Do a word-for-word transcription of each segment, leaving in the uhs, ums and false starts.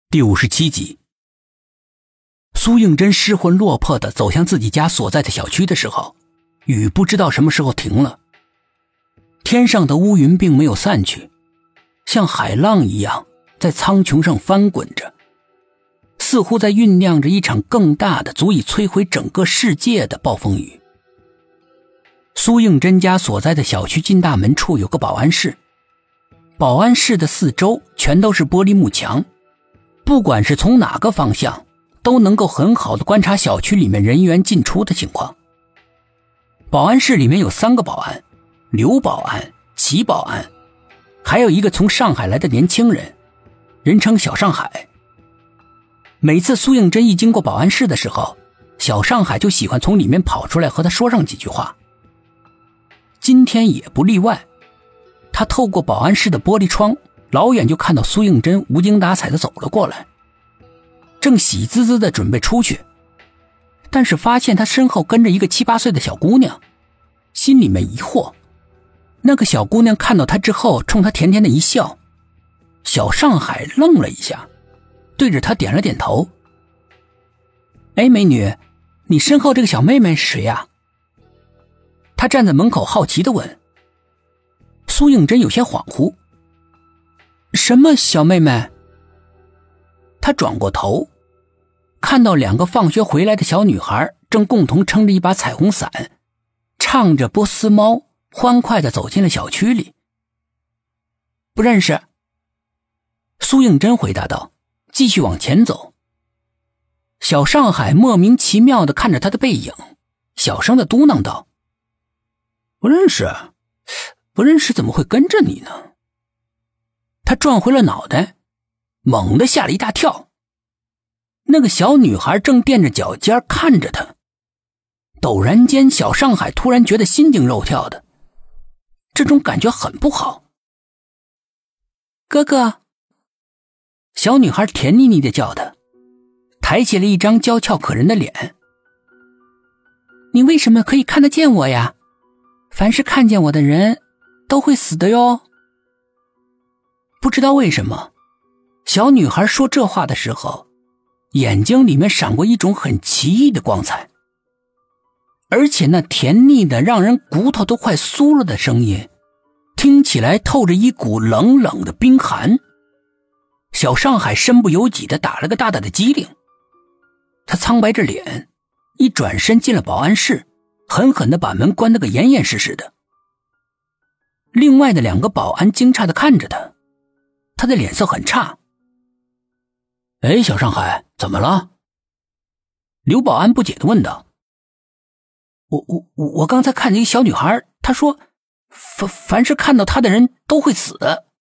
第五十七集。苏应真失魂落魄地走向自己家所在的小区的时候，雨不知道什么时候停了。天上的乌云并没有散去，像海浪一样在苍穹上翻滚着，似乎在酝酿着一场更大的足以摧毁整个世界的暴风雨。苏应真家所在的小区进大门处有个保安室，保安室的四周全都是玻璃幕墙，不管是从哪个方向都能够很好的观察小区里面人员进出的情况。保安室里面有三个保安，刘保安、齐保安，还有一个从上海来的年轻人，人称小上海。每次苏应真一经过保安室的时候，小上海就喜欢从里面跑出来和他说上几句话。今天也不例外，他透过保安室的玻璃窗，老远就看到苏应真无精打采地走了过来，正喜滋滋地准备出去，但是发现他身后跟着一个七八岁的小姑娘，心里面疑惑。那个小姑娘看到他之后，冲他甜甜的一笑。小上海愣了一下，对着他点了点头。哎，美女，你身后这个小妹妹是谁呀？他站在门口好奇地问。苏应真有些恍惚。什么小妹妹？他转过头，看到两个放学回来的小女孩正共同撑着一把彩虹伞，唱着波斯猫，欢快地走进了小区里。不认识。苏应真回答道，继续往前走。小上海莫名其妙地看着他的背影，小声地嘟囔道，不认识，不认识怎么会跟着你呢？他转回了脑袋，猛地吓了一大跳。那个小女孩正垫着脚尖看着他。陡然间，小上海突然觉得心惊肉跳的，这种感觉很不好。哥哥，小女孩甜腻腻地叫他，抬起了一张娇俏可人的脸。你为什么可以看得见我呀？凡是看见我的人都会死的哟。不知道为什么，小女孩说这话的时候，眼睛里面闪过一种很奇异的光彩，而且那甜腻的让人骨头都快酥了的声音，听起来透着一股冷冷的冰寒。小上海身不由己地打了个大大的激灵，他苍白着脸，一转身进了保安室，狠狠地把门关得个严严实实的。另外的两个保安惊诧地看着他，他的脸色很差。哎，小上海，怎么了？刘保安不解地问道。我我我刚才看见一个小女孩，她说凡凡是看到她的人都会死。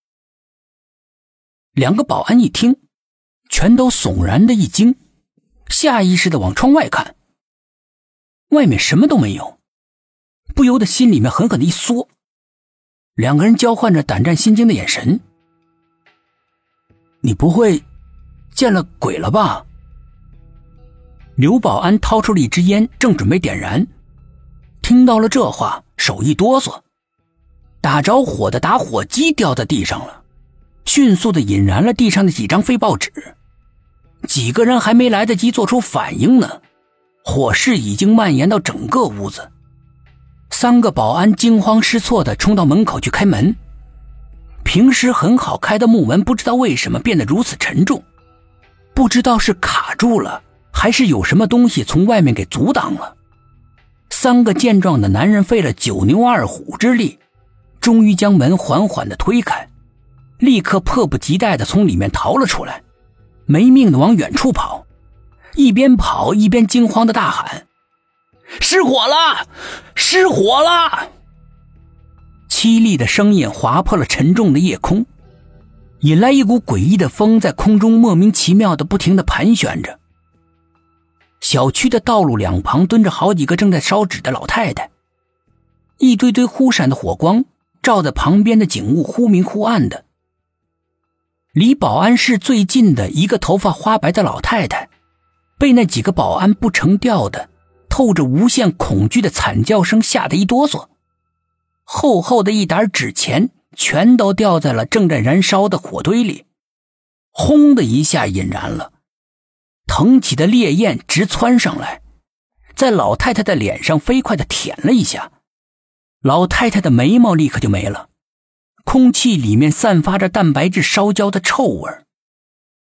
两个保安一听，全都悚然的一惊，下意识地往窗外看。外面什么都没有，不由得心里面狠狠地一缩。两个人交换着胆战心惊的眼神。你不会见了鬼了吧？刘保安掏出了一支烟，正准备点燃，听到了这话，手一哆嗦，打着火的打火机掉在地上了，迅速地引燃了地上的几张废报纸。几个人还没来得及做出反应呢，火势已经蔓延到整个屋子。三个保安惊慌失措地冲到门口去开门，平时很好开的木门不知道为什么变得如此沉重，不知道是卡住了，还是有什么东西从外面给阻挡了。三个健壮的男人费了九牛二虎之力，终于将门缓缓地推开，立刻迫不及待地从里面逃了出来，没命地往远处跑，一边跑一边惊慌地大喊，失火了，失火了！凄厉的声音划破了沉重的夜空，引来一股诡异的风在空中莫名其妙地不停地盘旋着。小区的道路两旁蹲着好几个正在烧纸的老太太，一堆堆忽闪的火光照在旁边的景物忽明忽暗的。离保安室最近的一个头发花白的老太太，被那几个保安不成调的透着无限恐惧的惨叫声吓得一哆嗦，厚厚的一沓纸钱全都掉在了正在燃烧的火堆里， 轰的一下引燃了，腾起的烈焰直窜上来，在老太太的脸上飞快地舔了一下，老太太的眉毛立刻就没了，空气里面散发着蛋白质烧焦的臭味。